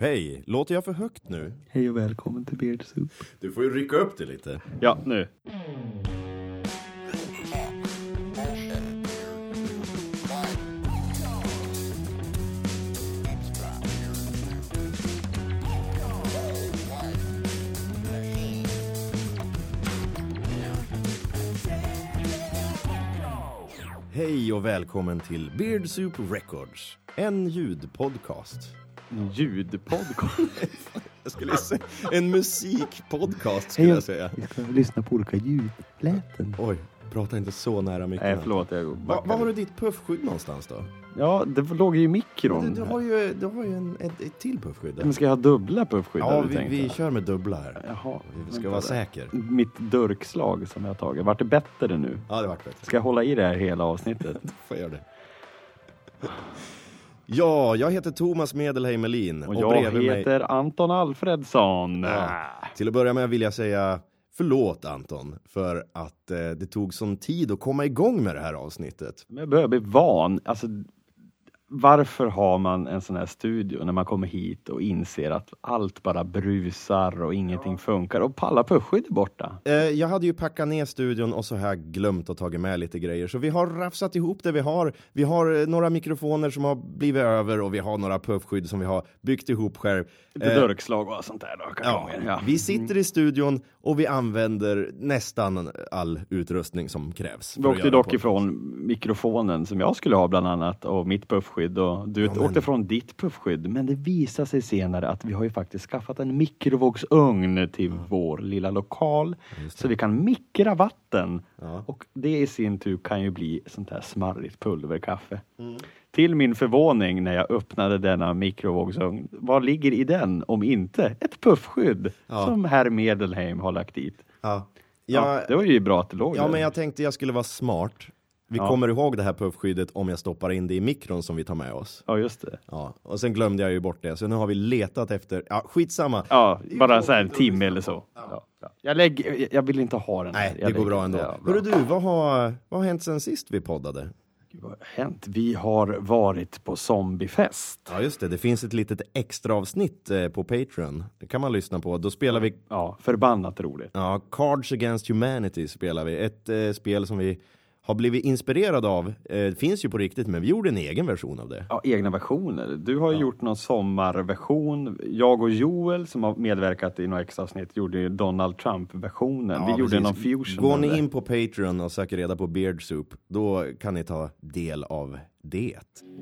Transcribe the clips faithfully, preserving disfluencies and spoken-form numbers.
Hej, låter jag för högt nu? Hej och välkommen till Beard Soup. Du får ju rycka upp det lite. Ja, nu. Hej och välkommen till Beard Soup Records, en ljudpodcast. En ljudpodcast? Jag skulle säga en musikpodcast skulle Hej, jag säga. Vi ska lyssna på olika ljudläten. Oj, prata inte så nära micken. Nej, förlåt. Jag Va, Var har du ditt puffskydd någonstans då? Ja, det låg ju i mikron. Du, du har ju, du har ju en, ett, ett till puffskydd. Men ska jag ha dubbla puffskydd? Ja, du vi, tänkte? vi kör med dubbla här. Jaha. Vi ska vara säker. Mitt dörkslag som jag har tagit. Vart det bättre nu? Ja, det vart bättre. Ska jag hålla i det här hela avsnittet? Får jag det. Ja, jag heter Thomas Medelheim Melin. Och, och jag heter mig... Anton Alfredsson. Ja. Till att börja med vill jag säga förlåt Anton för att eh, det tog sån tid att komma igång med det här avsnittet. Men jag börjar bli van. Alltså, varför har man en sån här studio när man kommer hit och inser att allt bara brusar och ingenting ja. funkar och alla puffskydd är borta? Eh, jag hade ju packat ner studion och så har jag glömt att ta med lite grejer. Så vi har rafsat ihop det vi har. Vi har några mikrofoner som har blivit över och vi har några puffskydd som vi har byggt ihop själv. Lite eh, dörkslag och sånt där då. Ja, ja. Vi sitter i studion och vi använder nästan all utrustning som krävs. Vi åkte dock ifrån mikrofonen som jag skulle ha bland annat och mitt puffskydd. Och du ja, men... åkte från ditt puffskydd. Men det visar sig senare att vi har ju faktiskt skaffat en mikrovågsugn till mm. vår lilla lokal. Så vi kan mikra vatten. Ja. Och det i sin tur kan ju bli sånt här smarrigt pulverkaffe. Mm. Till min förvåning när jag öppnade denna mikrovågsugn. Vad ligger i den om inte ett puffskydd ja. som herr Medelheim har lagt dit? Ja. Ja, ja, det var ju bra att det låg Ja, där. Men jag tänkte jag skulle vara smart. Vi ja. kommer ihåg det här puffskyddet om jag stoppar in det i mikron som vi tar med oss. Ja, just det. Ja, och sen glömde jag ju bort det. Så nu har vi letat efter... Ja, skitsamma. Ja, bara så här en timme eller så. Ja. Ja. Jag, lägger, jag vill inte ha den här. Nej, jag det går bra ändå. Ja, bra. Hörru du, vad har, vad har hänt sen sist vi poddade? Vad har hänt? Vi har varit på zombiefest. Ja, just det. Det finns ett litet extra avsnitt eh, på Patreon. Det kan man lyssna på. Då spelar vi... Ja, förbannat roligt. Ja, Cards Against Humanity spelar vi. Ett eh, spel som vi... har blivit inspirerad av. Det eh, finns ju på riktigt, men vi gjorde en egen version av det. Ja, egna versioner. Du har ja. gjort någon sommarversion. Jag och Joel som har medverkat i några extra avsnitt gjorde ju Donald Trump-versionen. Ja, vi gjorde någon fusion. Går ni in på Patreon och söker reda på Beard Soup, då kan ni ta del av det.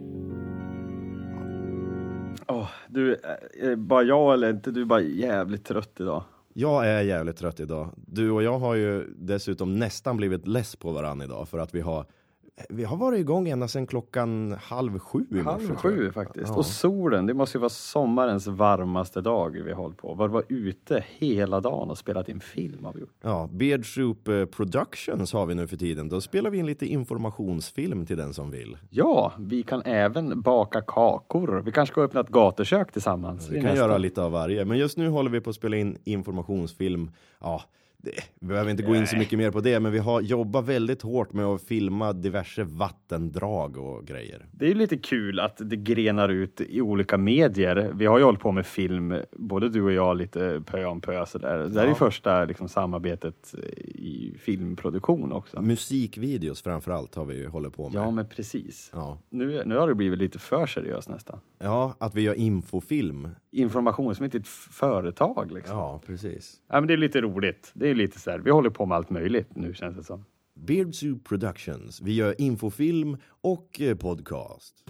Oh, du, är bara jag eller inte? Du är bara jävligt trött idag. Jag är jävligt trött idag. Du och jag har ju dessutom nästan blivit less på varann idag för att vi har vi har varit igång ända sedan klockan halv sju i morse. Halv sju faktiskt. Ja. Och solen, det måste ju vara sommarens varmaste dag vi har hållit på. Vi var ute hela dagen och spelat in film har vi gjort. Ja, Beard Soup Productions har vi nu för tiden. Då spelar vi in lite informationsfilm till den som vill. Ja, vi kan även baka kakor. Vi kanske ska öppna ett gatukök tillsammans. Vi kan nästa. göra lite av varje. Men just nu håller vi på att spela in informationsfilm. Ja, det, vi behöver inte gå in så mycket mer på det, men vi har jobbat väldigt hårt med att filma diverse vattendrag och grejer. Det är ju lite kul att det grenar ut i olika medier. Vi har ju hållit på med film, både du och jag, lite pö om pö sådär. Det där ja. är första liksom, samarbetet i filmproduktion också. Musikvideos framförallt har vi ju hållit på med. Ja, men precis. Ja. Nu, nu har det blivit lite för seriöst nästan. Ja, att vi gör infofilm. Information som inte är ett företag liksom. Ja, precis. Ja, men det är lite roligt. Det är lite så här, vi håller på med allt möjligt nu känns det som. Beard Soup Productions. Vi gör infofilm och podcast.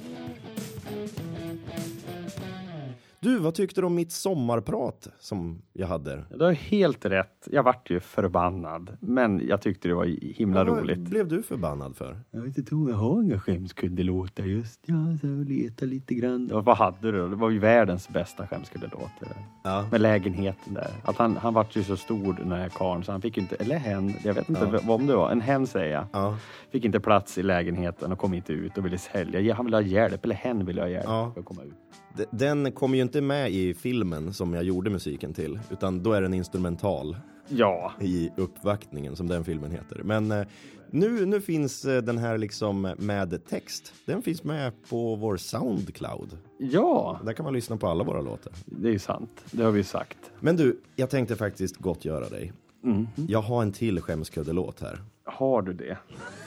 Du, vad tyckte du om mitt sommarprat som jag hade? Du har helt rätt. Jag vart ju förbannad. Men jag tyckte det var himla ja, roligt. Vad blev du förbannad för? Jag vet inte om jag har inga skämskuddelåtar just. Ja, så leta lite grann. Ja, vad hade du? Det var ju världens bästa skämskuddelåtar. Ja. Med lägenheten där. Att han, han vart ju så stor den här karln så han fick inte, eller hen, jag vet inte ja. vad om det var. En hen säger jag. Ja. Fick inte plats i lägenheten och kom inte ut och ville sälja. Han ville ha hjälp, eller hen ville ha hjälp ja. för att komma ut. D- den kommer ju inte med i filmen som jag gjorde musiken till, utan då är den instrumental. Ja. I uppvaktningen som den filmen heter. Men eh, nu, nu finns eh, den här liksom med text. Den finns med på vår Soundcloud. Ja. Där kan man lyssna på alla våra låtar. Det är sant, det har vi sagt. Men du, jag tänkte faktiskt gott göra dig. Mm. Jag har en till skämskuddelåt här. Har du det?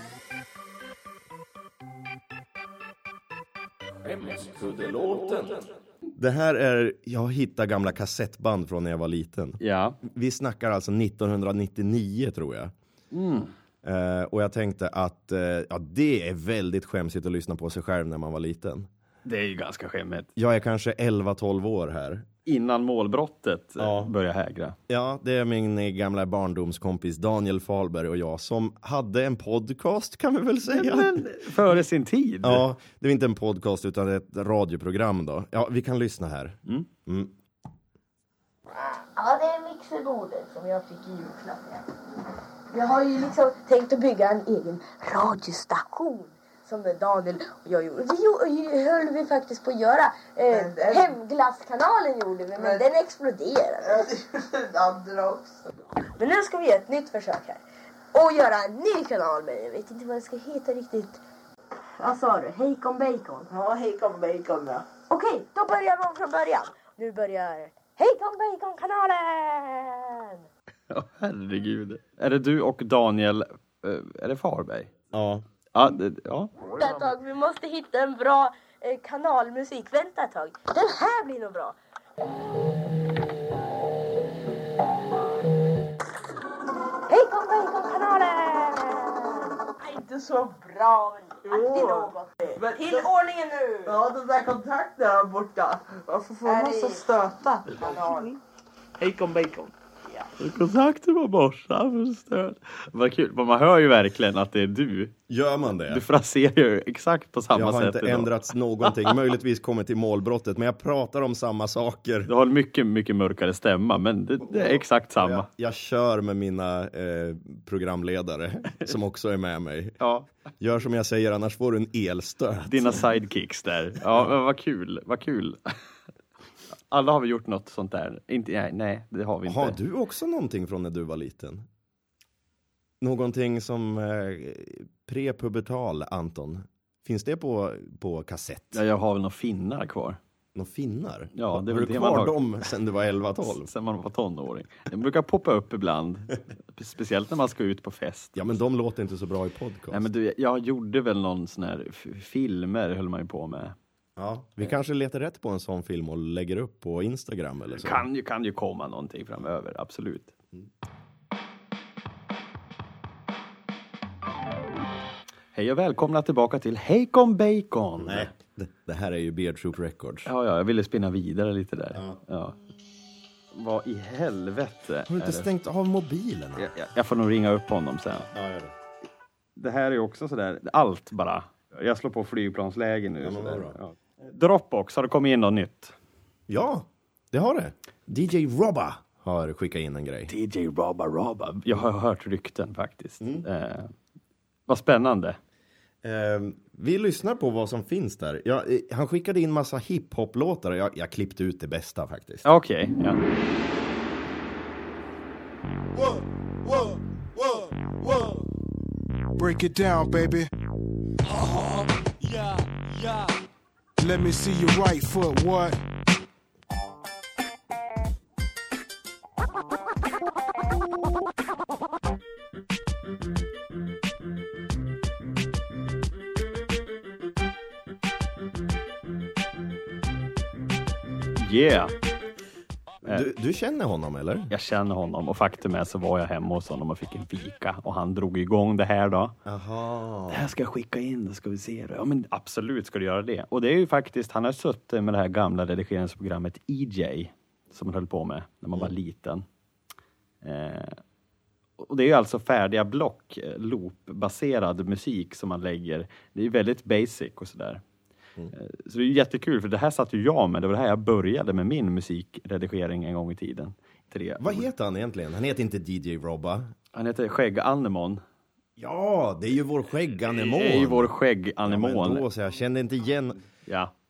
Skämskuddelåten. Det här är, jag hittar gamla kassettband från när jag var liten. Ja. Vi snackar alltså nittonhundranittionio tror jag. Mm. Uh, och jag tänkte att uh, ja, det är väldigt skämsigt att lyssna på sig själv när man var liten. Det är ju ganska skämmigt. Jag är kanske elva tolv år här. Innan målbrottet Ja. börjar hägra. Ja, det är min gamla barndomskompis Daniel Fahlberg och jag som hade en podcast, kan vi väl säga. Men före sin tid. Ja, det är inte en podcast utan ett radioprogram då. Ja, vi kan lyssna här. Mm. Mm. Ja, det är mixerbordet som jag fick i julklapp. Jag har ju liksom tänkt att bygga en egen radiostation som Daniel och jag gjorde. Det jo- höll vi faktiskt på att göra. Eh, den- Hemglasskanalen gjorde vi, men, Men- den exploderade. Andra också. Men nu ska vi göra ett nytt försök här. Och göra en ny kanal, men jag vet inte vad det ska heta riktigt. Vad sa du? Hejkon Bacon? Ja, hej kom bacon ja. Okej, då börjar man från början. Nu börjar Hejkon Bacon-kanalen! Ja, herregud. Är det du och Daniel, eh, är det Farberg? Ja. Ja, det, ja. Vänta ett tag, vi måste hitta en bra eh, kanalmusik. Vänta ett tag. Den här blir nog bra. Hejkon Bacon-kanalen! Inte så bra. Det är något. Men- Till ordningen nu! Ja, den där kontakten där borta. Varför får Är man det- så stöta? Kanal. Hej kom bacon. Kontakten var borta för stöd. Vad kul, men man hör ju verkligen att det är du. Gör man det? Du fraserar ju exakt på samma Jag har sätt inte idag. ändrats någonting. Möjligtvis kommit till målbrottet, men jag pratar om samma saker. Du har en mycket, mycket mörkare stämma, men det, det är exakt samma. Jag, jag kör med mina eh, programledare som också är med mig. Ja, Gör som jag säger, annars får du en elstöt. dina sidekicks där. Ja, men vad kul, vad kul. Alla har vi gjort något sånt där. Inte, nej, nej, det har vi inte. Har du också någonting från när du var liten? Någonting som eh, prepubertal, Anton? Finns det på, på kassett? Ja, jag har väl några finnar kvar. Några finnar? Ja, det är har väl du det kvar man har. dem sen du var elva tolv? Sen man var tonåring. Det brukar poppa upp ibland. Speciellt när man ska ut på fest. Ja, men de låter inte så bra i podcast. Nej, men du, jag gjorde väl någon sån här f- filmer höll man ju på med. Ja, vi kanske letar rätt på en sån film och lägger upp på Instagram eller så. Kan ju, kan ju komma någonting framöver, absolut. Hej och välkomna tillbaka till Hejkon Bacon. Nej, det, det här är ju Beard Troop Records. Ja, ja, jag ville spinna vidare lite där. Ja. Ja. Vad i helvete Har du inte är det? stängt av mobilen? Jag, jag, jag får nog ringa upp honom sen. Ja, gör det. Det här är ju också sådär, allt bara. Jag slår på flygplansläge nu. Ja, men vad sådär. bra. Ja. Dropbox, har det kommit in något nytt? Ja, det har det. D J Robba har skickat in en grej. D J Robba Robba. Jag har hört rykten faktiskt. Eh, vad spännande. Eh, vi lyssnar på vad som finns där. Ja, eh, han skickade in massa hiphop-låtar och jag, jag klippte ut det bästa faktiskt. Okej, ja. Whoa, whoa, whoa, whoa. Break it down, baby. Uh-huh. Yeah, yeah. Let me see your right foot, what? Yeah. Du, du känner honom eller? Jag känner honom och faktum är så var jag hemma hos honom och fick en fika och han drog igång det här då. Jaha. Det här ska jag skicka in, då ska vi se det. Ja men absolut ska du göra det. Och det är ju faktiskt, han har suttit med det här gamla redigeringsprogrammet E J som man höll på med när man var liten. Eh, och det är ju alltså färdiga block, eh, loop-baserad musik som man lägger. Det är ju väldigt basic och sådär. Mm. Så det är ju jättekul för det här satt ju jag med. Det var det här jag började med min musikredigering en gång i tiden. Tre. Vad heter han egentligen? Han heter inte D J Robba. Han heter Skägg-Anemon. Ja, det är ju vår skägg-anemon. Det är ju vår Ja, Skägg-Anemon. men då så jag kände inte igen. Ja.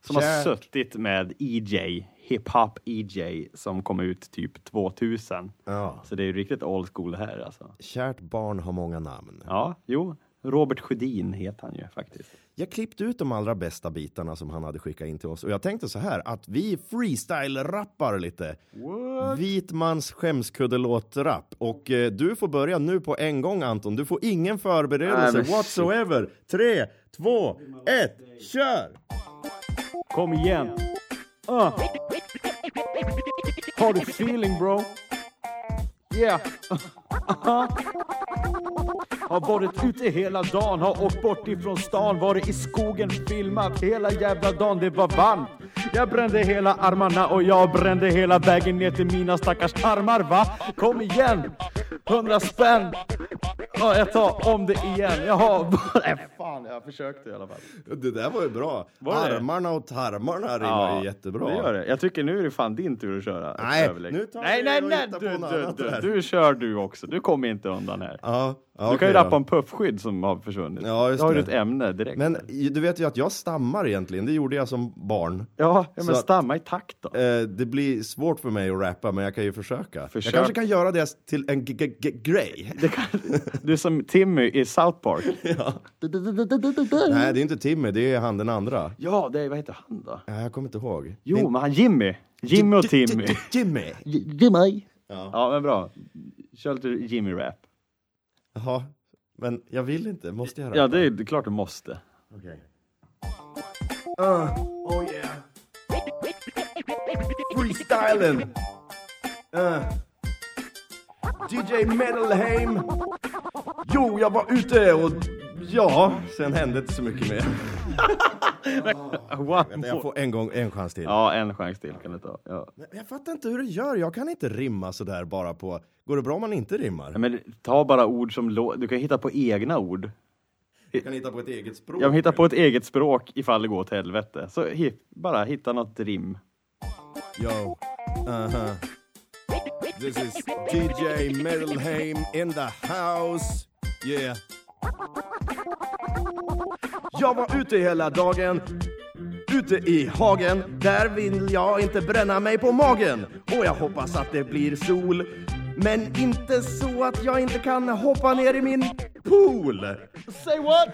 Som Kärt. har suttit med E J, hiphop E J, som kom ut typ tvåtusen. Ja. Så det är ju riktigt old school här alltså. Kärt barn har många namn. Ja, jo. Robert Sjödin heter han ju faktiskt. Jag klippte ut de allra bästa bitarna som han hade skickat in till oss. Och jag tänkte så här, att vi freestyle-rappar lite. What? Vitmans skämskuddelåt-rapp. Och eh, du får börja nu på en gång, Anton. Du får ingen förberedelse Nej, whatsoever. Tre, två, ett, kör! Kom igen. Uh. Har du feeling, bro? Yeah. Uh-huh. Har varit ute hela dagen, har åkt bort ifrån stan, varit i skogen, filmat hela jävla dagen, det var varmt. Jag brände hela armarna och jag brände hela vägen ner till mina stackars armar, va? Kom igen, hundra spänn. Ja, jag tar om det igen. Jaha, nej fan, jag försökte i alla fall. Det där var ju bra. Var Armarna och tarmarna rimmar ja, ju jättebra. Det gör det. Jag tycker nu är det fan din tur att köra. Nej, nu tar nej, nej, nej, du, du, du, du, du kör du också. Du kommer inte undan här. Ja, ja, du kan ju okay, rappa då. om puffskydd som har försvunnit. Ja, just då har det. du ett ämne direkt. Men du vet ju att jag stammar egentligen. Det gjorde jag som barn. Ja, ja men så stamma i takt då. Eh, det blir svårt för mig att rappa, men jag kan ju försöka. Försök. Jag kanske kan göra det till en g- g- g- grej. Det kan, du är som Timmy i South Park. Ja. Nej, det är inte Timmy, det är han den andra. Ja, det är, vad heter han då? Ja, jag kommer inte ihåg. Jo, det... men han Jimmy. Jimmy och Timmy. Jimmy. Jimmy. Ja. ja, men bra. Kör lite Jimmy-rap. Jaha, men jag vill inte. Måste jag rappa? Ja, det är, det är klart du måste. Okej. Okay. Uh, oh yeah. Freestylen. Uh. D J Metalheim. Jo, jag var ute och ja, sen hände inte så mycket mer. Wow. Jag får en gång en chans till. Ja, en chans till kan du ta. Ja. Jag fattar inte hur du gör. Jag kan inte rimma så där bara på. Går det bra om man inte rimmar? Ja, men ta bara ord som lå- du kan hitta på egna ord. Du kan hitta på ett eget språk. Jag hittar på ett eget språk ifall det går åt helvete. Så hi- bara hitta något rim. Yo. Uh-huh. This is D J Metalheim in the house. Yeah. Jag var ute hela dagen, ute i hagen. Där vill jag inte bränna mig på magen. Och jag hoppas att det blir sol, men inte så att jag inte kan hoppa ner i min pool. Say what?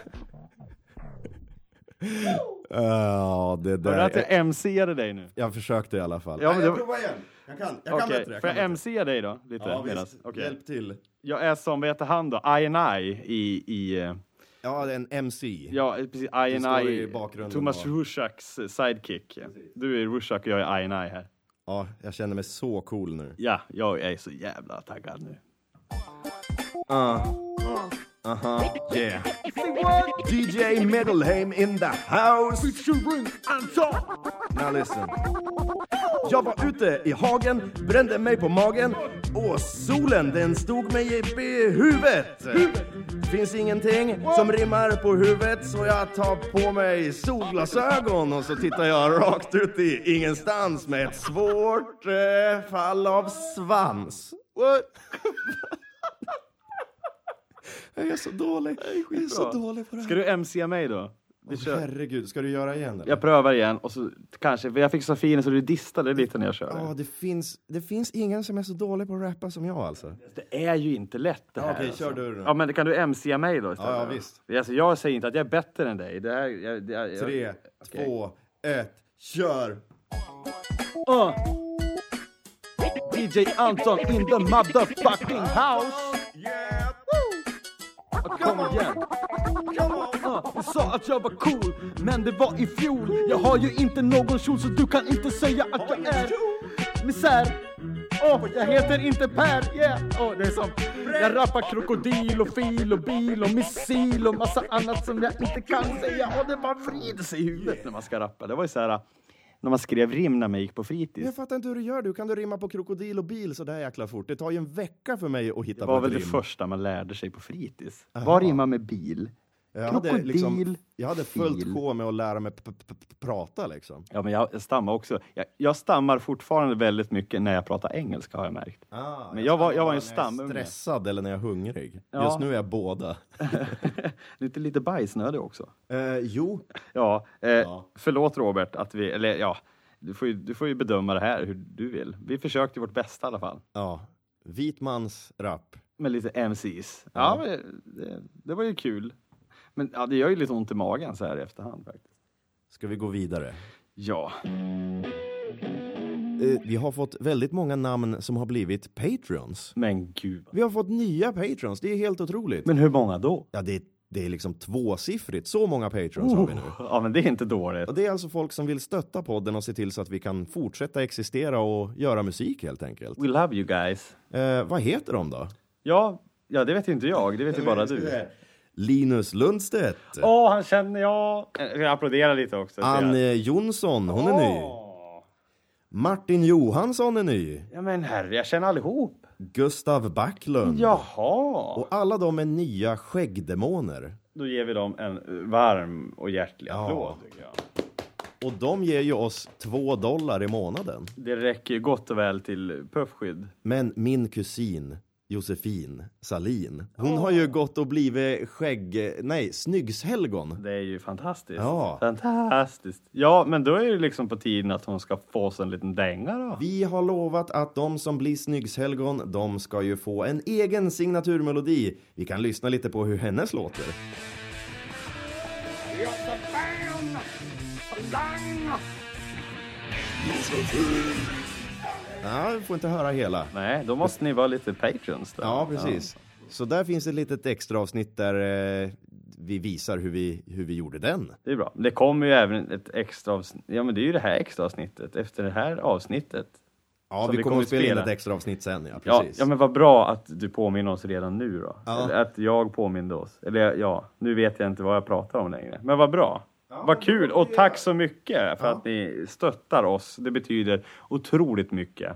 Ja, uh, det där. Var det att jag M C-ade dig nu? Jag försökte i alla fall. Ja, men Nej, jag det... provar igen. Jag kan, jag okay. kan bättre. Jag Får kan jag M C dig då? Lite ja, visst. Okay. Hjälp till. Jag är som, vad heter han då? I and I i... i ja, det är en M C. Ja, precis. I and I. Thomas då. Rushaks sidekick. Du är Rushak och jag är I and I här. Ja, jag känner mig så cool nu. Ja, jag är så jävla taggad nu. Uh. Uh-huh, yeah. D J Metalheim in the house. Now listen. Jag var ute i hagen, brände mig på magen. Och solen, den stod mig i huvudet. Finns ingenting som rimmar på huvudet, så jag tar på mig solglasögon och så tittar jag rakt ut i ingenstans med ett svårt eh, fall av svans. What? Jag är så dålig. Jag är så dålig på det här. Ska du M C mig då? Vi oh, herregud, ska du göra igen? Eller? Jag prövar igen och så kanske, för jag fick så fin så du distade lite när jag kör. Ja, det finns, det finns ingen som är så dålig på att rappa som jag alltså. Det är ju inte lätt det här. Ja, okej, alltså. kör du då. Ja, men kan du M C mig då istället? Ja, ja visst. Alltså, jag säger inte att jag är bättre än dig. Det här, jag, jag, jag, Tre, okay. två, ett, kör! Uh. D J Anton in the motherfucking house! Yeah! Kom igen! Uh, du sa att jag var cool, men det var i fjol. Jag har ju inte någon kjol, så du kan inte säga att jag är misär. Åh, oh, jag heter inte Per, yeah! Oh, det är som, jag rappar krokodil och fil och bil och missil och massa annat som jag inte kan säga. Och det bara vrider sig i huvudet när man ska rappa. Det var ju så här, när man skrev rim när man gick på fritids. Jag fattar inte hur du gör. Du kan du rimma på krokodil och bil så där jäkla fort. Det tar ju en vecka för mig att hitta på ett rim. Det var väl det första man lärde sig på fritids. Aha. Vad rimmar med bil? Jag hade, liksom, jag hade fullt sjå med att lära mig p- p- p- prata liksom. Ja, men jag stammar också. Jag, jag stammar fortfarande väldigt mycket när jag pratar engelska, har jag märkt. Ah, men jag, jag var, jag var en stamunge. stamunge. Stressad eller när jag är hungrig. Ja. Just nu är jag båda. Lite lite bajsnödig också. Eh, jo. Ja, eh, Ja. Förlåt Robert att vi, eller ja, du får, ju, du får ju bedöma det här hur du vill. Vi försökte vårt bästa i alla fall. Ja. Vitmans rap. Med lite M Cs. Ja, Ja. men det, det var ju kul. Men ja, det gör ju lite ont i magen så här i efterhand faktiskt. Ska vi gå vidare? Ja. Eh, vi har fått väldigt många namn som har blivit Patreons. Men gud. Vi har fått nya Patreons, det är helt otroligt. Men hur många då? Ja, det är, det är liksom tvåsiffrigt. Så många Patrons har vi nu. Ja, men det är inte dåligt. Och det är alltså folk som vill stötta podden och se till så att vi kan fortsätta existera och göra musik helt enkelt. We love you guys. Eh, vad heter de då? Ja, ja, det vet inte jag. Det vet ju bara du. Linus Lundstedt. Åh, oh, han känner jag. Jag applåderar lite också. Anne Jonsson, hon är ny. Martin Johansson är ny. Ja, men herre, jag känner allihop. Gustav Backlund. Jaha. Och alla de är nya skäggdemoner. Då ger vi dem en varm och hjärtlig Ja. applåd, tycker jag. Och de ger ju oss två dollar i månaden. Det räcker ju gott och väl till puffskydd. Men min kusin Josefin Salin, hon har ju gått och blivit skägg... Nej, snyggshelgon. Det är ju fantastiskt. Ja. Fantastiskt. Ja, men då är det liksom på tiden att hon ska få sig en liten dänga då. Vi har lovat att de som blir snyggshelgon, de ska ju få en egen signaturmelodi. Vi kan lyssna lite på hur hennes låter. Ja, vi får inte höra hela. Nej, då måste ni vara lite patrons då. Ja, precis. Så där finns ett litet extra avsnitt där eh, vi visar hur vi, hur vi gjorde den. Det är bra. Det kommer ju även ett extra avsnitt. Ja, men det är ju det här extra avsnittet. Efter det här avsnittet. Ja, Som vi, vi kommer kommer att spela, spela. in ett extra avsnitt sen, ja, Ja, precis. ja, men vad bra att du påminner oss redan nu då. Ja. Eller att jag påminde oss. Eller ja, nu vet jag inte vad jag pratar om längre. Men vad bra. Vad kul. Och tack så mycket för Ja. att ni stöttar oss. Det betyder otroligt mycket.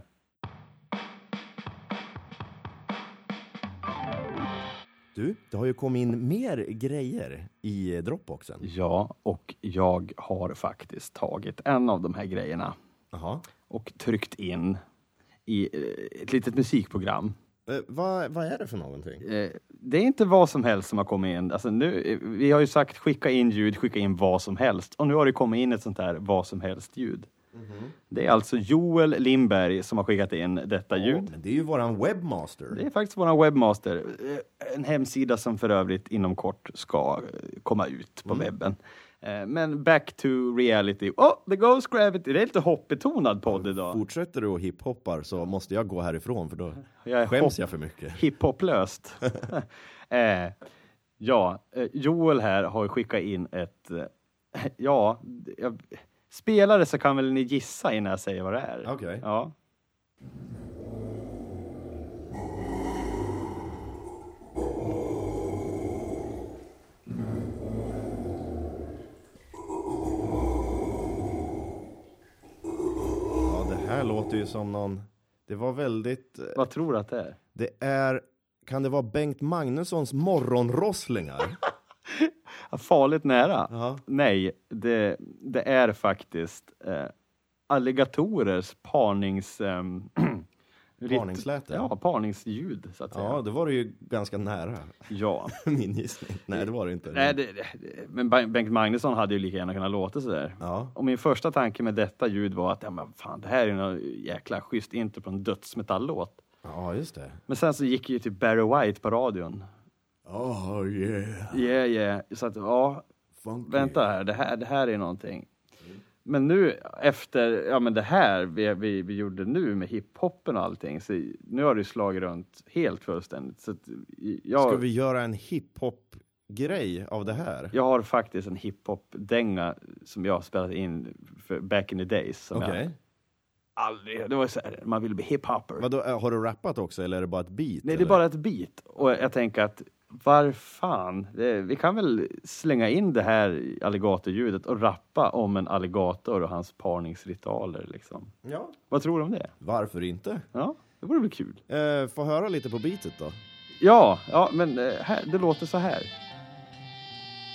Du, det har ju kommit in mer grejer i Dropboxen. Ja, och jag har faktiskt tagit en av de här grejerna Jaha. och tryckt in i eh, ett litet musikprogram. Eh, vad, vad är det för någonting? Eh, det är inte vad som helst som har kommit in. Alltså nu, eh, vi har ju sagt skicka in ljud, skicka in vad som helst. Och nu har det kommit in ett sånt här vad som helst ljud. Mm-hmm. Det är alltså Joel Lindberg som har skickat in detta ljud. Oh, men det är ju våran webmaster. Det är faktiskt vår webbmaster. Eh, En hemsida som för övrigt inom kort ska eh, komma ut på Mm. webben. Eh, Men back to reality. Oh, the Ghost Gravity. Det är lite hoppbetonad podd idag. Fortsätter du och hiphoppar så måste jag gå härifrån för då Jag är skäms hopp- jag för mycket. Hiphoplöst. eh, ja, eh, Joel här har skickat in ett... Eh, ja, jag, spelare så kan väl ni gissa innan jag säger vad det är. Okej. Ja. Ja, det här låter ju som någon... Det var väldigt... eh, Vad tror du att det är? Det är... Kan det vara Bengt Magnussons morgonrosslingar? Farligt nära. Ja. Nej, det, det är faktiskt eh, alligatorers parnings... ehm, rit- Parningsläte? Ja, parningsljud så att säga. Ja, det var det ju ganska nära. Ja. Min gissning. Nej, det var det inte. Nej, det, det, men Ba- Bengt Magnusson hade ju lika gärna kunnat låta sådär. Ja. Och min första tanke med detta ljud var att ja, men fan, det här är en jäkla schysst intro på en dödsmetalllåt. Ja, just det. Men sen så gick ju till Barry White på radion. Oh, yeah. Yeah, yeah. Så att, ja, Funky. vänta här, det här, det här är någonting. Men nu efter, ja men det här vi, vi, vi gjorde nu med hiphoppen och allting, så nu har det slagit runt helt fullständigt. Så att jag, Ska vi göra en hiphop-grej av det här? jag har faktiskt en hiphop-dänga som jag har spelat in för back in the days. Som Okej. jag aldrig, det var så här, man ville bli hiphopper. Vadå, äh, har du rappat också eller är det bara ett beat? Nej, det är eller? bara ett beat. Och jag tänker att var fan, det, vi kan väl slänga in det här alligatorljudet och rappa om en alligator och hans parningsritualer liksom. Ja. Vad tror du om det? Varför inte? Ja, det vore väl kul. Eh, få höra lite på beatet då. Ja, ja men eh, här, det låter så här.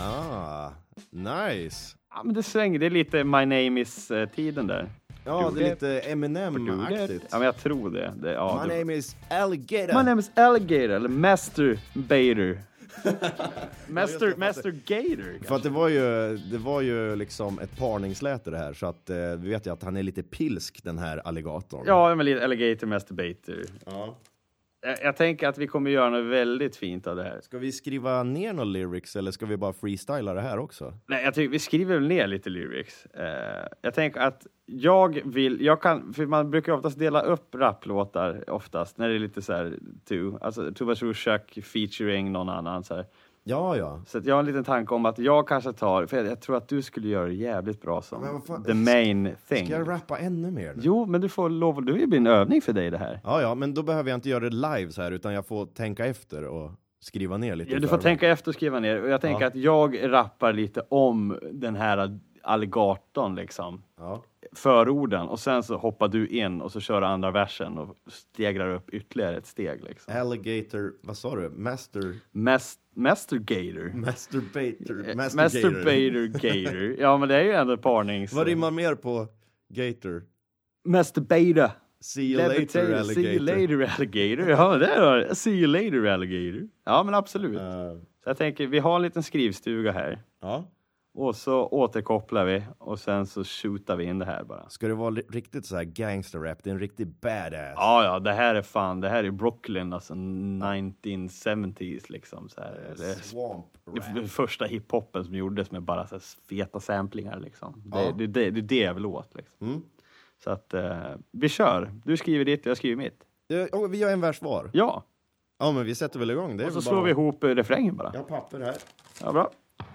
Ah, nice. Ja, men det svänger. Det är lite My Name Is-tiden där. Ja, det är lite Eminem-aktigt. Ja, men jag tror det. det ja, My det... name is Alligator. My name is Alligator, eller Master Bader. Master, Master Gator. För att det var ju, det var ju liksom ett parningsläte det här. Så att eh, vi vet ju att han är lite pilsk, den här alligatorn. Ja, men lite Alligator, Master Bader. Ja. Jag, jag tänker att vi kommer göra något väldigt fint av det här. Ska vi skriva ner några lyrics eller ska vi bara freestyla det här också? Nej, jag tycker vi skriver väl ner lite lyrics. Uh, jag tänker att jag vill, jag kan, för man brukar oftast dela upp rapplåtar oftast när det är lite så här, tu, alltså Tuba Trushak featuring någon annan så här. Ja, ja. Så att jag har en liten tanke om att jag kanske tar, för jag, jag tror att du skulle göra det jävligt bra som Men vad fan, the main thing. Ska jag rappa ännu mer nu? Jo, men du får lov, det blir en övning för dig det här. Ja, ja, men då behöver jag inte göra det live så här utan jag får tänka efter och skriva ner lite. Ja, du får förväg. tänka efter och skriva ner. Och jag tänker Ja. att jag rappar lite om den här alligatorn liksom. Ja. Förorden. Och sen så hoppar du in och så kör du andra versen och stegrar upp ytterligare ett steg liksom. Alligator, vad sa du? Master... Mas- Master Gator. Masturbator. Eh, Master Masturbator Gator. Ja, men det är ju ändå parnings... Vad rimmar mer på gator? Masturbator. See you later, Levitator. alligator. See you later, alligator. Ja, det är See you later, alligator. Ja, men absolut. Uh, Så jag tänker, vi har en liten skrivstuga här. ja. Och så återkopplar vi och sen så shootar vi in det här bara. Ska det vara li- riktigt så här gangster-rap? Det är en riktig badass. Ja, ja, det här är fan, det här är Brooklyn, alltså nineteen seventies liksom så här. Det är Swamp det rap. första hiphopen som gjordes med bara så här feta samplingar liksom. Det, Ja. det, det, det är det jag vill åt liksom. Mm. Så att eh, vi kör. Du skriver ditt, jag skriver mitt. Eh, oh, vi gör en vers var. Ja, Ja, men vi sätter väl igång. Det är och så väl slår bara... vi ihop eh, refrängen bara. Jag har papper här. Ja, bra.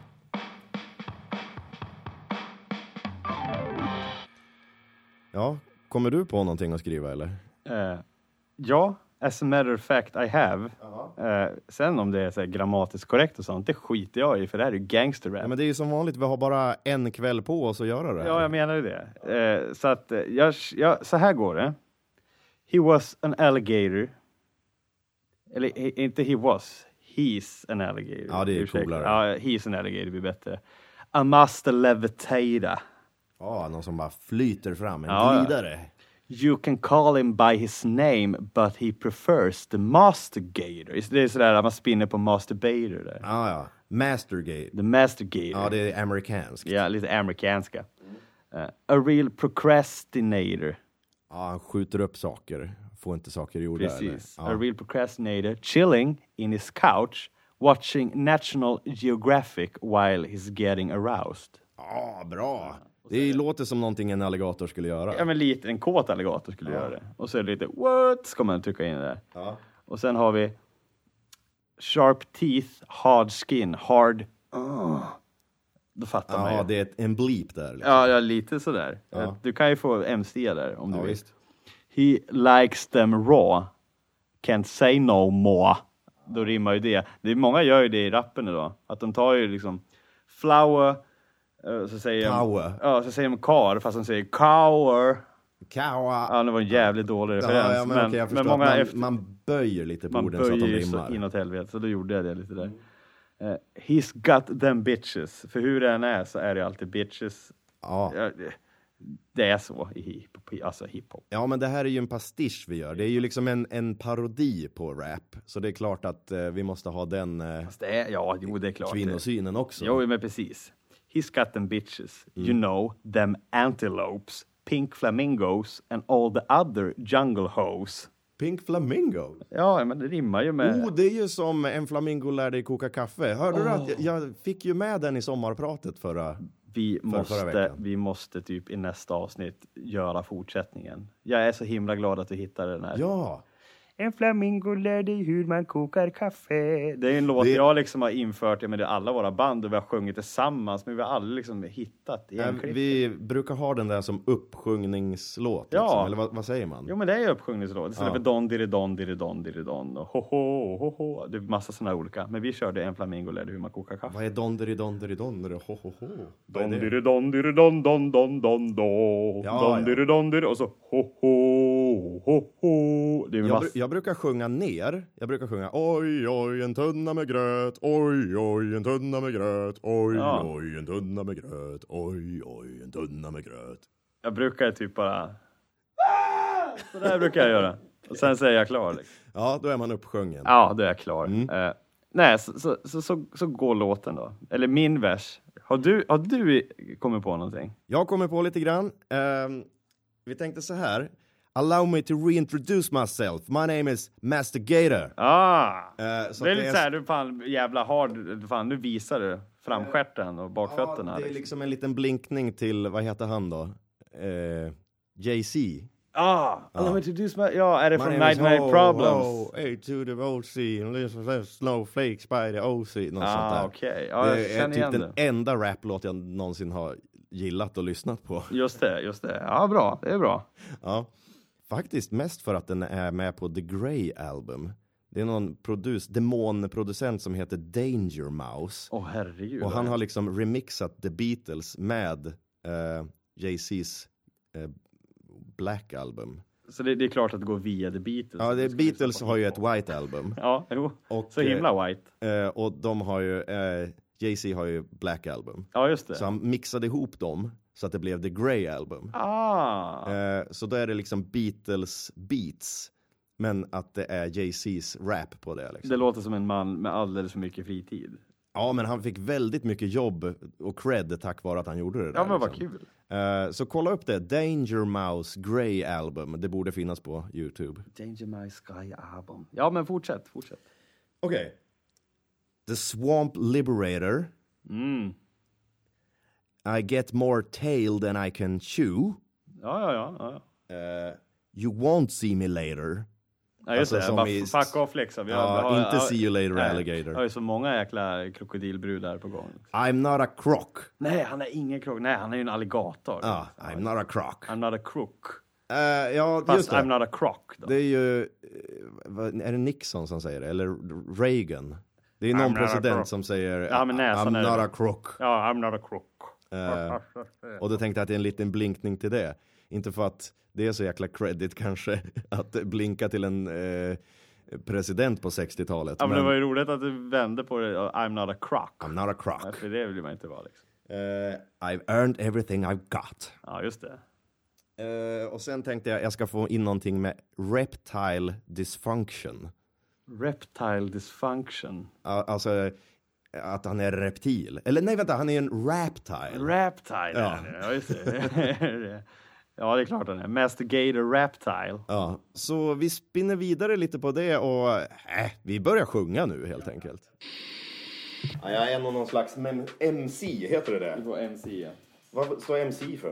Ja, kommer du på någonting att skriva eller? Eh, ja, as a matter of fact I have. Eh, sen om det är så här grammatiskt korrekt och sånt, det skiter jag i, för det här är ju gangster rap. Ja, men det är ju som vanligt, vi har bara en kväll på oss att göra det här. Ja, jag menar ju det. Eh, så att, eh, jag, jag, så här går det. He was an alligator. Eller he, inte he was. He's an alligator. Ja, det är Ursäkta. coolare. Ja, he's an alligator blir bättre. I must levitate. Ja, någon som bara flyter fram, en Ja, ja. glidare. You can call him by his name, but he prefers the mastergator. Det är sådär att man spinner på masturbator där. Ja, ja. Mastergate. The mastergator. Ja, det är amerikanskt. Ja, lite amerikanska. Uh, a real procrastinator. Ja, han skjuter upp saker. Får inte saker gjorda. Precis. Eller? A Ja. real procrastinator chilling in his couch watching National Geographic while he's getting aroused. Ja, bra. Det låter som någonting en alligator skulle göra. Ja, men lite en kåt alligator skulle göra det. Och så är det lite what ska man trycka in där. Ja. Och sen har vi sharp teeth, hard skin, hard. Uh. Då fattar man Ja, ju. det är ett, en bleep där. Liksom. Ja, ja, lite sådär. Ja. Du kan ju få M C där om du Ja, vill. visst. He likes them raw. Can't say no more. Då rimmar ju det. det är, många gör ju det i rappen idag. Att de tar ju liksom flower. eh, Så säger Power. de, ja, så säger de car fast de säger cower. Kawa. Ja, det var en jävligt dålig referens. Ja, ja, men, men, okej, jag men förstår många att man, efter, man böjer lite på man orden så att de böjer ju så rimmar. inåt helvete. Så då gjorde jag det lite där. Eh, he's got them bitches. För hur det än är så är det alltid bitches. Ja. Ja, det- det är så i hiphop. Alltså hiphop. ja, men det här är ju en pastisch vi gör. Det är ju liksom en, en parodi på rap. Så det är klart att eh, vi måste ha den eh, Fast det är, ja, jo, det är klart. kvinnosynen också. Jo, men precis. He's got them bitches. You know, them antelopes, pink flamingos and all the other jungle hoes. Pink flamingo. Ja, men det rimmar ju med... Oh, det är ju som en flamingo lär dig koka kaffe. Hörde du att jag, jag fick ju med den i sommarpratet förra... vi, förra måste, veckan. vi måste typ i nästa avsnitt göra fortsättningen. Jag är så himla glad att du hittade den här. Ja, En flamingo lär dig hur man kokar kaffe. Det är en låt Det- jag liksom har infört med alla våra band och vi har sjungit tillsammans. Men vi har aldrig liksom hittat eh, en klipp. vi brukar ha den där som uppsjungningslåt. Ja. Liksom. Eller vad, vad säger man? Jo, men det är ju uppsjungningslåt. Istället Ja. för don, diridon, diridon, diridon och ho, ho, ho, ho. Det är massa sådana olika. Men vi körde en flamingo lärde hur man kokar kaffe. Vad är donder i donder i donder? Ho, ho, ho. Vad är Don, det? diridon, diridon, don, don, don, don. Ja, Don, ja. diridon, diridon. Och så ho, ho. ho, ho, ho. Det är Jag, mass- bru- jag brukar sjunga ner. Jag brukar sjunga oj, oj, en tunna med gröt. Oj, oj, en tunna med gröt. Oj, Ja. oj, en tunna med gröt. Oj, oj, en tunna med gröt. Jag brukar typ bara... Så där brukar jag göra. Och sen säger jag klar. Liksom. Ja, då är man uppsjungen. Ja, då är jag klar. Mm. Eh, nej, så, så, så, så, så går låten då. Eller min vers. Har du, har du kommit på någonting? Jag kommer på lite grann. Ehm, vi tänkte så här. Allow me to reintroduce myself. My name is Master Gator. Ah! Eh, så det är att lite är- så här, du fan jävla hard. Fan, nu visar du framskärten och bakfötterna. Ja, det är liksom. liksom en liten blinkning till, vad heter han då? Eh, Jay-Z. Ah! Allow me to introduce my... Ja, är det My från name is Night Night Ho, Problems? Ho, A to the O C, and listen to snowflakes by the O C. Något sånt Ah, där. okej. Ja, jag det är känner typ igen den det. enda raplåt jag någonsin har gillat och lyssnat på. Just det, just det. Ja, bra. Det är bra. Ja. Faktiskt mest för att den är med på The Grey Album. Det är någon produs, demonproducent som heter Danger Mouse. Åh, oh, herregud. Och han har liksom remixat The Beatles med eh, Jay-Z's eh, Black Album. Så det, det är klart att det går via The Beatles. Ja, det, Ska Beatles lyssna på har ju ett hiphop. White Album. Ja, jo. Och, Så himla white. Eh, och de har ju, eh, Jay-Z har ju Black Album. Ja, just det. Så han mixade ihop dem så att det blev The Grey Album. Ah! Eh, så då är det liksom Beatles beats. Men att det är Jay-Z's rap på det liksom. Det låter som en man med alldeles för mycket fritid. Ja, men han fick väldigt mycket jobb och cred tack vare att han gjorde det där. Ja, men vad liksom. kul. Eh, så kolla upp det. Danger Mouse Grey Album. Det borde finnas på YouTube. Danger My Sky album. Ja, men fortsätt, fortsätt. Okej. Okay. The Swamp Liberator. Mm. I get more tail than I can chew. Ja, ja, ja. ja. Uh, you won't see me later. Ja, just Alltså, det. som Bara i- fuck off liksom. Vi Ja, vi har- inte ja, see you later, nej. alligator. Jag har ju så många jäkla krokodilbrudar på gång. I'm not a croc. Nej, han är ingen krok. Nej, han är ju en alligator. Ah, I'm not a croc. I'm not a crook. Uh, ja, Fast just det. I'm not a croc då. Det är ju, eh, vad- är det Nixon som säger det? Eller Reagan? Det är någon I'm not a president crook. som säger Ja, men näsan I'm är det. not a croc. Ja, I'm not a crook. Eh, och då tänkte jag att det är en liten blinkning till det. Inte för att det är så jäkla credit kanske att blinka till en eh, president på sextiotalet. Ja, men men det var ju roligt att du vände på det. I'm not a crock. I'm not a croc. Nej, för det vill man inte vara liksom. Eh, I've earned everything I've got. Ja, just det. Eh, och sen tänkte jag jag ska få in någonting med reptile dysfunction. Reptile dysfunction. A- alltså att han är reptil. Eller nej vänta, han är en raptile. Reptile. Ja. Ja, ja just det. Ja, det är klart han är. Mastigator Reptile. Ja, så vi spinner vidare lite på det och äh, vi börjar sjunga nu helt enkelt. Ja, jag är nog någon slags mem- M C, heter det det? får M C, ja. Vad står M C för?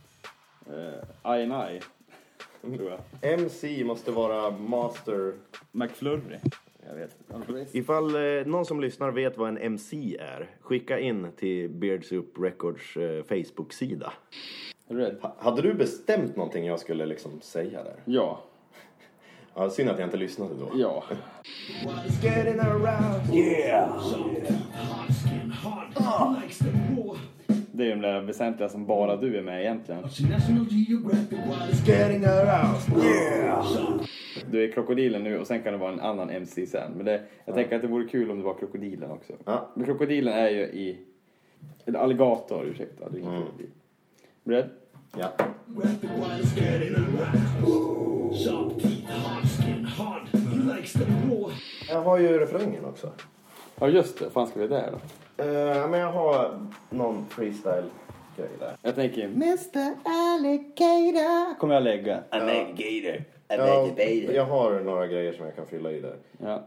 Uh, I and I, tror jag. M C måste vara master. McFlurry. Jag vet. Ifall eh, någon som lyssnar vet vad en M C är, skicka in till Beards Up Records eh, Facebook-sida. Är du rädd? Ha- hade du bestämt någonting jag skulle liksom säga där? Ja. Ja, synd att jag inte lyssnade då. Ja. Det är de där väsentliga som bara du är med egentligen. Du är krokodilen nu och sen kan det vara en annan M C sen. Men det, jag tänker att det vore kul om det var krokodilen också. Ja. Men krokodilen är ju i... En alligator, ursäkta. Det är ingen krokodil. Beredd? Ja. Jag har ju refrängen också. Ja just det, fan ska vi där då? Uh, men jag har någon freestyle-grej där. Jag tänker mister Alligator. Kommer jag lägga? Alligator. Ja, jag har några grejer som jag kan fylla i där. Ja.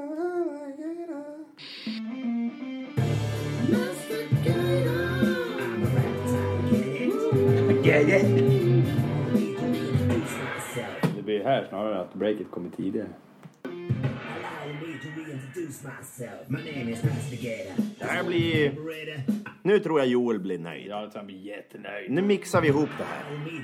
Det blir här snarare att breaket kommer tidigare. Det här blir... Nu tror jag Joel blir nöjd. Ja, jag tror han blir jättenöjd. Nu mixar vi ihop det här.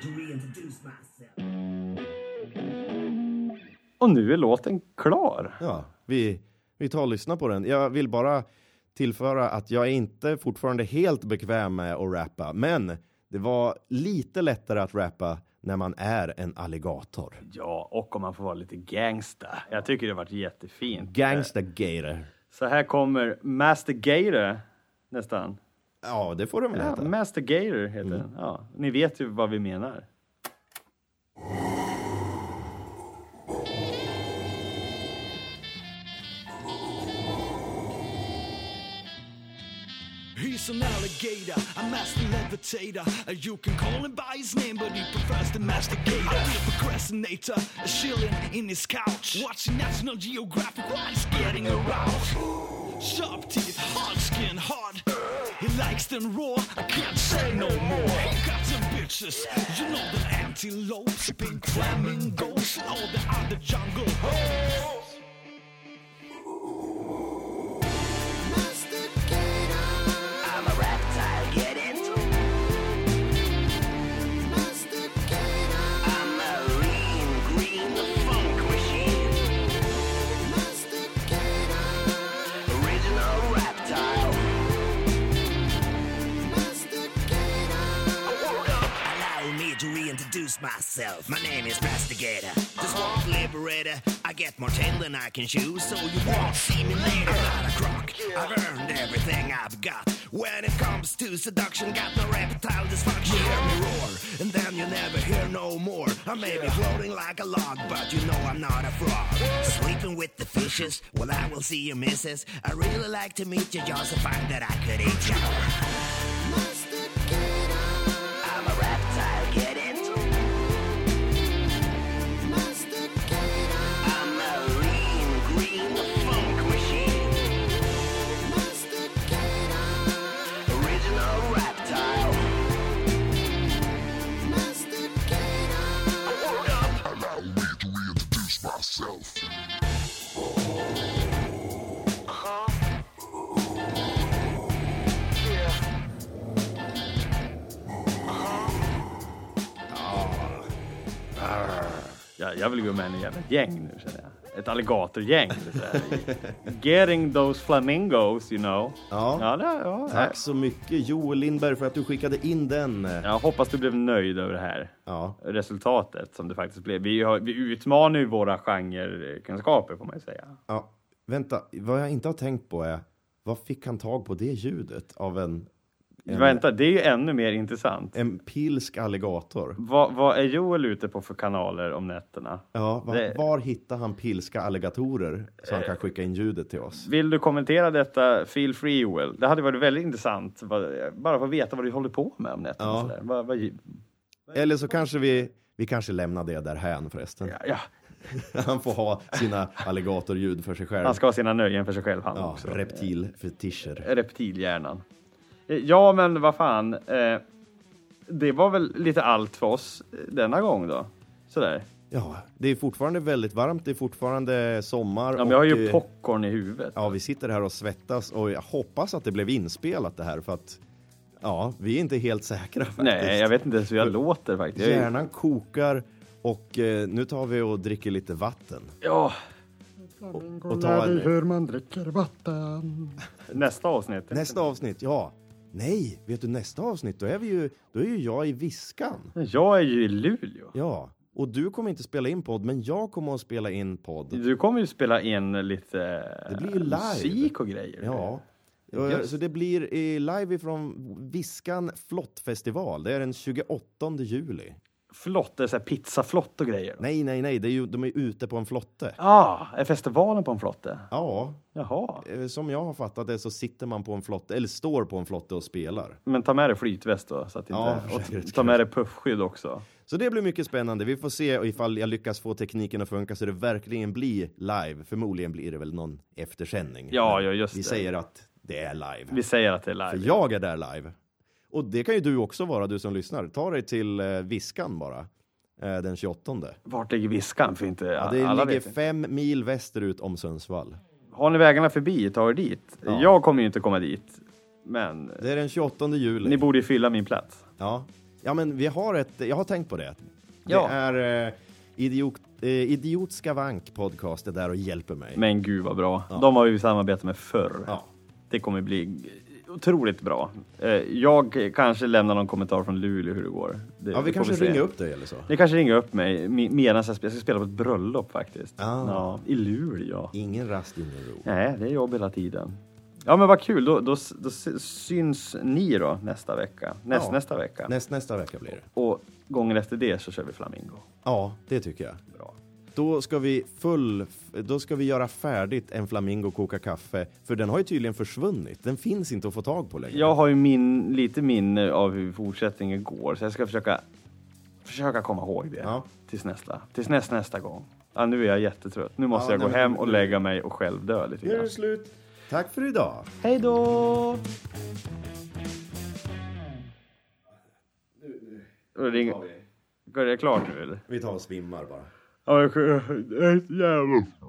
Och nu är låten klar. Ja, vi, vi tar och lyssnar på den. Jag vill bara tillföra att jag är inte fortfarande helt bekväm med att rappa. Men Det var lite lättare att rappa när man är en alligator. Ja, och om man får vara lite gangsta. Jag tycker det har varit jättefint. Gangsta Gator. Så här kommer Master Gator nästan. Ja, det får de väl Ja, heta. Master Gator heter Mm. den. Ja, ni vet ju vad vi menar. He's an alligator, a master levitator. Uh, You can call him by his name, but he prefers the masticator. A real procrastinator, a chilling in his couch, watching National Geographic while he's getting aroused. Sharp teeth, hard skin, hard. He likes them raw, I can't say no more. He got some bitches, you know the antelopes, big flamingos, and all the other jungle hoes. I'm a reptile, get it? I'm marine green, the funk machine. Original reptile. Allow me to reintroduce myself. My name is Mastigator, the swamp liberator. I get more tail than I can chew, so you won't see me later. I'm not a croc, I've earned everything I've got. When it comes to seduction, got no reptile dysfunction. You hear me roar, and then you never hear no more. I may be floating like a log, but you know I'm not a frog. Sleeping with the fishes, well I will see you missus. I really like to meet you just to find that I could eat you. I'm a reptile, get it? I'm marine green, the funk machine. Original reptile. Allow me to reintroduce myself. Ja, jag vill gå med i en jävla gäng nu, känner jag. Ett alligatorgäng. så här. Getting those flamingos, you know. Ja. Ja, det, ja. Tack så mycket Joel Lindberg för att du skickade in den. Jag hoppas du blev nöjd över det här Ja. resultatet som det faktiskt blev. Vi, har, vi utmanar ju våra genrekunskaper, får man ju säga. Ja. Vänta, vad jag inte har tänkt på är, vad fick han tag på det ljudet av en, en, Vänta, det är ju ännu mer intressant. en pilsk alligator? Vad, vad är Joel ute på för kanaler om nätterna? Ja, var, Det- var hittar han pilska alligatorer så han kan skicka in ljudet till oss? Vill du kommentera detta? Feel free, Joel. Det hade varit väldigt intressant. vad- Bara för att veta vad du håller på med om nätterna. Ja. Sådär. Vad, vad, Eller så kanske vi, vi kanske lämnar det där hän förresten. ja, ja. Han får ha sina alligatorljud för sig själv. Han ska ha sina nöjen för sig själv, han Ja, också. reptilfetischer. Reptilhjärnan. Eh, Ja, men vad fan. Eh, det var väl lite allt för oss eh, denna gång då. Sådär. Ja, det är fortfarande väldigt varmt, det är fortfarande sommar. Ja, men jag har och, ju eh, popcorn i huvudet. Ja, vi sitter här och svettas och jag hoppas att det blev inspelat det här för att ja, vi är inte helt säkra faktiskt. Nej, jag vet inte ens hur jag låter faktiskt. Jag är- Hjärnan kokar och eh, nu tar vi och dricker lite vatten. Ja, Och tar en, hur man dricker vatten. nästa avsnitt. nästa avsnitt, ja. Nej, vet du nästa avsnitt då är vi ju då är ju jag i Viskan. Jag är ju i Luleå. Ja, och du kommer inte spela in podd, men jag kommer att spela in podd. Du kommer ju spela in lite Det blir ju live. musik och grejer. Ja. Just. Så det blir eh, live ifrån Viskan flottfestival. Det är den tjugoåttonde juli. Flott, det är så här pizzaflott och grejer. Nej, nej, nej. Det är ju, de är ute på en flotte. Ah, är festivalen på en flotte? Ja, Jaha. eh, som jag har fattat det så sitter man på en flotte, eller står på en flotte och spelar. Men ta med dig flytväst då. Så att inte, Ja, för och säkerhets ta med dig puffskydd också. Så det blir mycket spännande. Vi får se ifall jag lyckas få tekniken att funka så det verkligen blir live. Förmodligen blir det väl någon eftersändning. Ja, Men ja, just Vi det. säger att det är live. Vi säger att det är live. För jag är där live. Och det kan ju du också vara, du som lyssnar. Ta dig till eh, Viskan bara. Eh, den tjugoåttonde. Vart ligger Viskan? För inte Ja, det alla ligger vet. fem mil västerut om Sundsvall. Har ni vägarna förbi, ta er dit. Ja. Jag kommer ju inte komma dit. Men Det är den tjugoåttonde juli. ni borde ju fylla min plats. Ja. Ja, men vi har ett, jag har tänkt på det. Ja. Det är eh, idiot, eh, Idiotskavank podcast är där och hjälper mig. Men gud vad bra. Ja. De har ju samarbetat med förr. Ja. Det kommer bli otroligt bra. Eh, jag kanske lämnar någon kommentar från Luleå hur det går. Det, Ja, vi det kanske vi ringer upp dig eller så. Ni kanske ringer upp mig medan jag, jag ska spela på ett bröllop faktiskt. Ah. Ja, i Luleå. Ingen rast, ingen ro. Nej, det är jobb hela tiden. Ja, men vad kul. Då, då, då syns ni då nästa vecka. Näst, Ja. nästa vecka. Näst, nästa vecka blir det. Och gången efter det så kör vi Flamingo. Ja, det tycker jag. Bra. Då ska vi full, då ska vi göra färdigt en Flamingo koka kaffe. För den har ju tydligen försvunnit. Den finns inte att få tag på längre. Jag har ju min, lite minne av hur fortsättningen går. Så jag ska försöka, försöka komma ihåg det. Ja. Tills nästa. Tills näst, nästa gång. Ja, nu är jag jättetrött. Nu måste Ja, jag gå nej, hem men- och lägga mig och själv dö lite Nu är grann. det slut. Tack för idag. Hej då! Ring... Är det klart nu eller? Vi tar och svimmar bara. Ja, jag... Jävlar.